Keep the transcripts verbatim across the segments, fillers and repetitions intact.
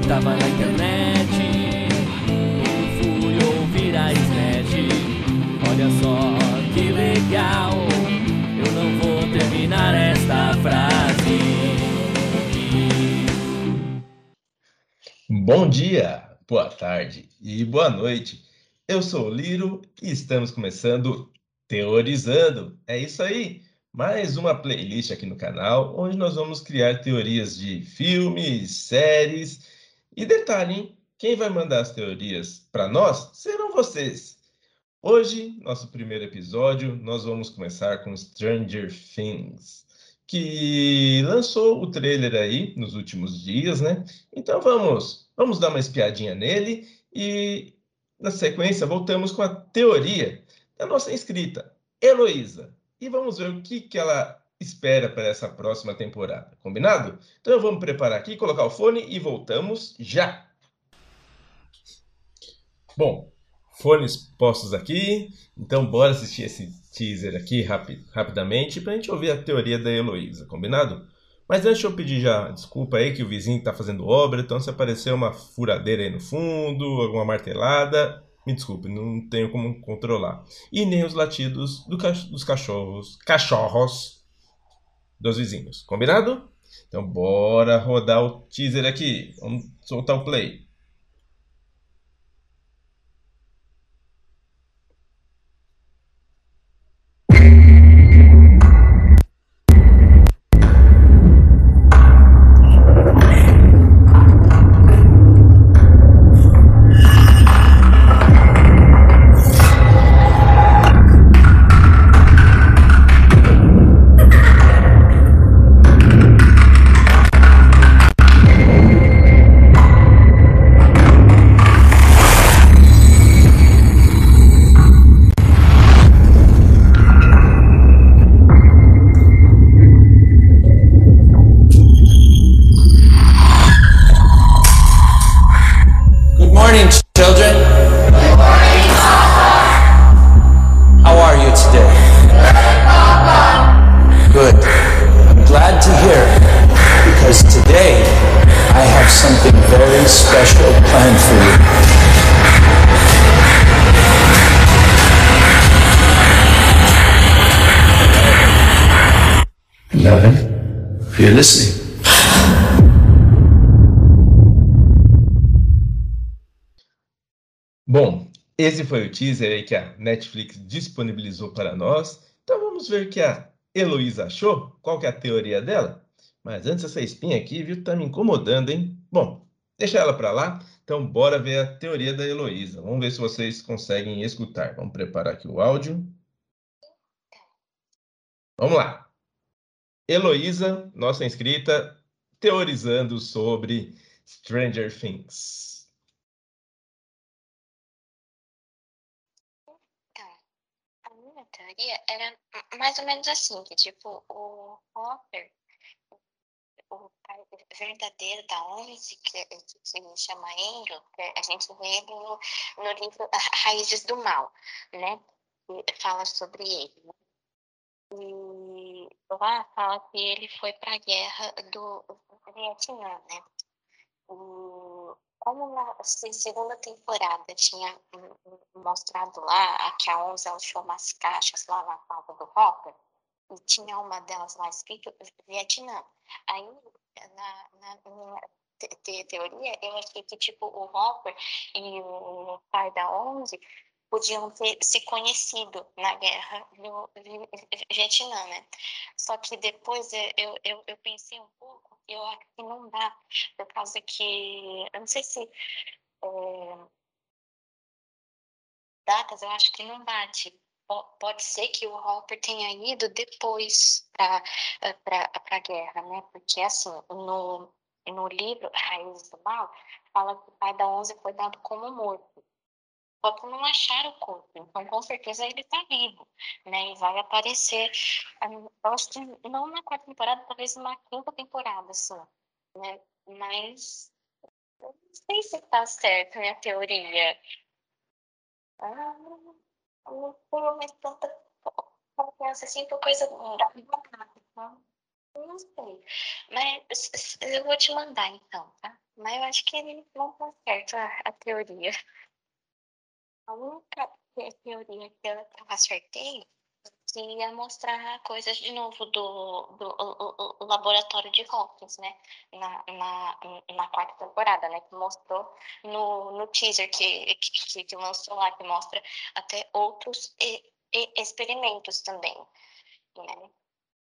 tava na internet, eu fui ouvir a Snatch. Olha só que legal, eu não vou terminar esta frase. Bom dia, boa tarde e boa noite. Eu sou o Liro e estamos começando Teorizando. É isso aí, mais uma playlist aqui no canal, onde nós vamos criar teorias de filmes, séries. E detalhe, hein? Quem vai mandar as teorias para nós serão vocês. Hoje, nosso primeiro episódio, nós vamos começar com Stranger Things, que lançou o trailer aí nos últimos dias, né? Então vamos, vamos dar uma espiadinha nele e, na sequência, voltamos com a teoria da nossa inscrita, Heloísa. E vamos ver o que, que ela espera para essa próxima temporada. Combinado? Então eu vou me preparar aqui, colocar o fone e voltamos já! Bom, fones postos aqui, então bora assistir esse teaser aqui rapi- rapidamente para a gente ouvir a teoria da Heloísa, combinado? Mas antes eu pedir já desculpa aí que o vizinho está fazendo obra, então se aparecer uma furadeira aí no fundo, alguma martelada, me desculpe, não tenho como controlar. E nem os latidos do ca- dos cachorros, cachorros dos vizinhos, combinado? Então bora rodar o teaser aqui, vamos soltar o play. Good morning, children. Good morning, Papa. How are you today? Good, Papa. Good. I'm glad to hear it, because today I have something very special planned for you. Eleven, are you listening? Bom, esse foi o teaser aí que a Netflix disponibilizou para nós. Então vamos ver o que a Heloísa achou. Qual que é a teoria dela? Mas antes, essa espinha aqui, viu, tá me incomodando, hein? Bom, deixa ela para lá. Então bora ver a teoria da Heloísa. Vamos ver se vocês conseguem escutar. Vamos preparar aqui o áudio. Vamos lá. Heloísa, nossa inscrita, teorizando sobre Stranger Things. A minha teoria era mais ou menos assim, que tipo, o Hopper, o pai verdadeiro da Onze, que, que se chama Angel, que a gente vê no, no livro Raízes do Mal, né? Que fala sobre ele, né? E lá fala que ele foi para a guerra do Vietnã, né? E como na segunda temporada tinha mostrado lá que a Onze achou umas caixas lá na casa do Hopper, e tinha uma delas lá escrito Vietnã. Aí, na, na minha te, te, teoria, eu achei que, tipo, o Hopper e o pai da Onze podiam ter se conhecido na guerra do Vietnã, né? Só que depois eu, eu, eu pensei um pouco, eu acho que não dá, por causa que, eu não sei se é, datas, eu acho que não bate. Pode ser que o Hopper tenha ido depois para a guerra, né? Porque, assim, no, no livro Raízes do Mal, fala que o pai da Onze foi dado como morto. Só que não acharam o corpo. Então, com certeza, ele está vivo, né? E vai aparecer, eu acho que não na quarta temporada, talvez na quinta temporada, assim, né? Mas eu não sei se está certo a minha teoria. Ah, não tenho mais tanta confiança assim por coisa da não, não sei. Mas eu vou te mandar então, tá? Mas eu acho que ele não tá certo a, a teoria. A única te- teoria que eu acertei que ia mostrar coisas de novo do, do o, o- o laboratório de Hawkins, né? Na, na, na quarta temporada, né? Que mostrou no, no teaser que, que, que lançou lá, que mostra até outros e- e- experimentos também, né?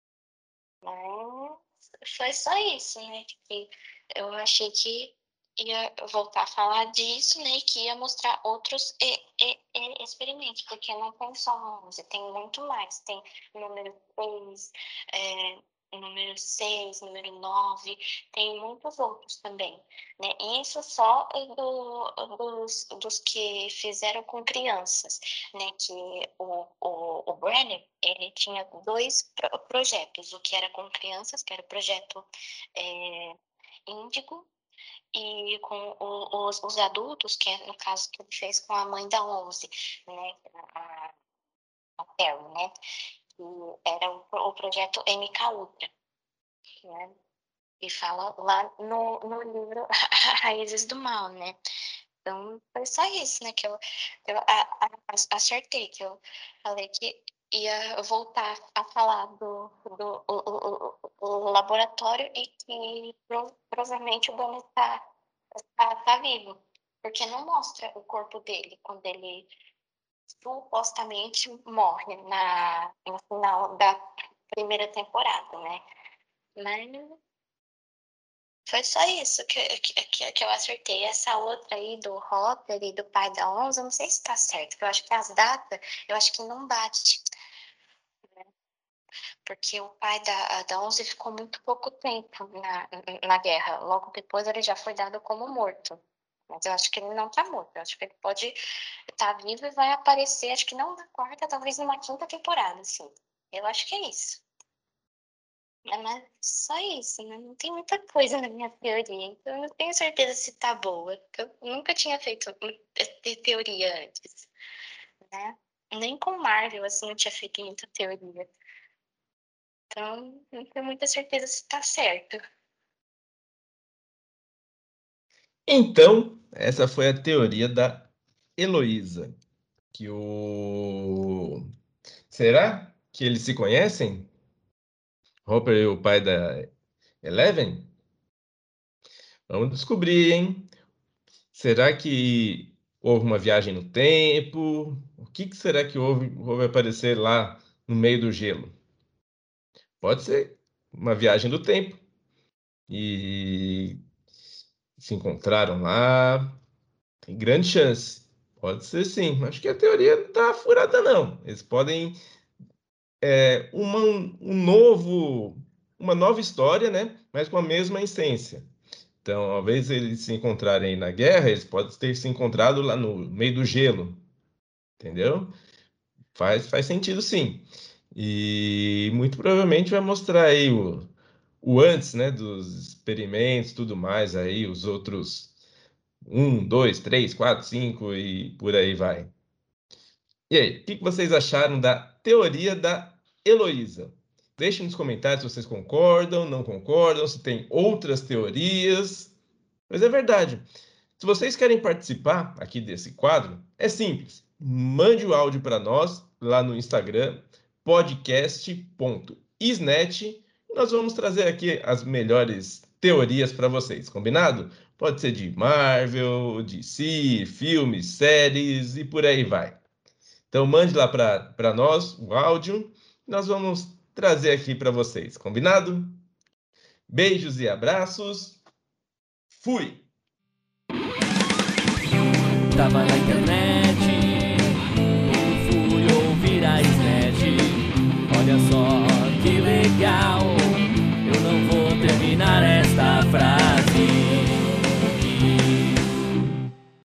Mas foi só isso, né? Que eu achei que ia voltar a falar disso, né? E que ia mostrar outros e- e- e- experimentos, porque não tem só onze, tem muito mais. Tem número seis, é, número seis, número nove, tem muitos outros também, né? E isso só do, dos, dos que fizeram com crianças, né? Que o, o, o Brenner, ele tinha dois pro- projetos, o que era com crianças, que era o projeto é, Índigo, e com o, os, os adultos, que é no caso que ele fez com a mãe da onze, né? A, a Terry, né? Que era o, o projeto M K Ultra, né? E fala lá no, no livro Raízes do Mal, né? Então, foi só isso, né? Que eu, eu a, a, acertei, que eu falei que ia voltar a falar do, do o, o, o, o laboratório e que pro, provavelmente o Bonnie tá, tá, tá vivo. Porque não mostra o corpo dele quando ele supostamente morre na, no final da primeira temporada, né? Mas foi só isso que, que, que, que eu acertei. Essa outra aí do Hopper e do pai da onze, eu não sei se tá certo, porque eu acho que as datas, eu acho que não bate. Né? Porque o pai da, da onze ficou muito pouco tempo na, na guerra. Logo depois ele já foi dado como morto. Mas eu acho que ele não tá morto. Eu acho que ele pode estar tá vivo e vai aparecer, acho que não na quarta, talvez numa quinta temporada, assim. Eu acho que é isso. Mas só isso, né? Não tem muita coisa na minha teoria, então eu não tenho certeza se tá boa. Porque eu nunca tinha feito te- teoria antes, né? Nem com Marvel, assim, eu tinha feito muita teoria. Então, não tenho muita certeza se tá certo. Então, essa foi a teoria da Heloísa. Que o... Será que eles se conhecem? Hopper e o pai da Eleven? Vamos descobrir, hein? Será que houve uma viagem no tempo? O que, que será que houve, houve aparecer lá no meio do gelo? Pode ser uma viagem do tempo. E se encontraram lá. Tem grande chance. Pode ser sim. Acho que a teoria não está furada, não. Eles podem é, uma, um novo, uma nova história, né? Mas com a mesma essência. Então, ao invés de eles se encontrarem na guerra, eles podem ter se encontrado lá no meio do gelo, entendeu? Faz, faz sentido, sim. E muito provavelmente vai mostrar aí o, o antes, né, dos experimentos, tudo mais aí, os outros um, dois, três, quatro, cinco e por aí vai. E aí, o que que vocês acharam da teoria da Heloísa? Deixem nos comentários se vocês concordam, não concordam, se tem outras teorias. Mas é verdade. Se vocês querem participar aqui desse quadro, é simples. Mande o áudio para nós lá no Instagram, podcast ponto isnet, e nós vamos trazer aqui as melhores teorias para vocês, combinado? Pode ser de Marvel, D C, filmes, séries e por aí vai. Então mande lá para nós o áudio, nós vamos trazer aqui para vocês, combinado? Beijos e abraços. Fui! Tava na internet, fui ouvir a Snatch. Olha só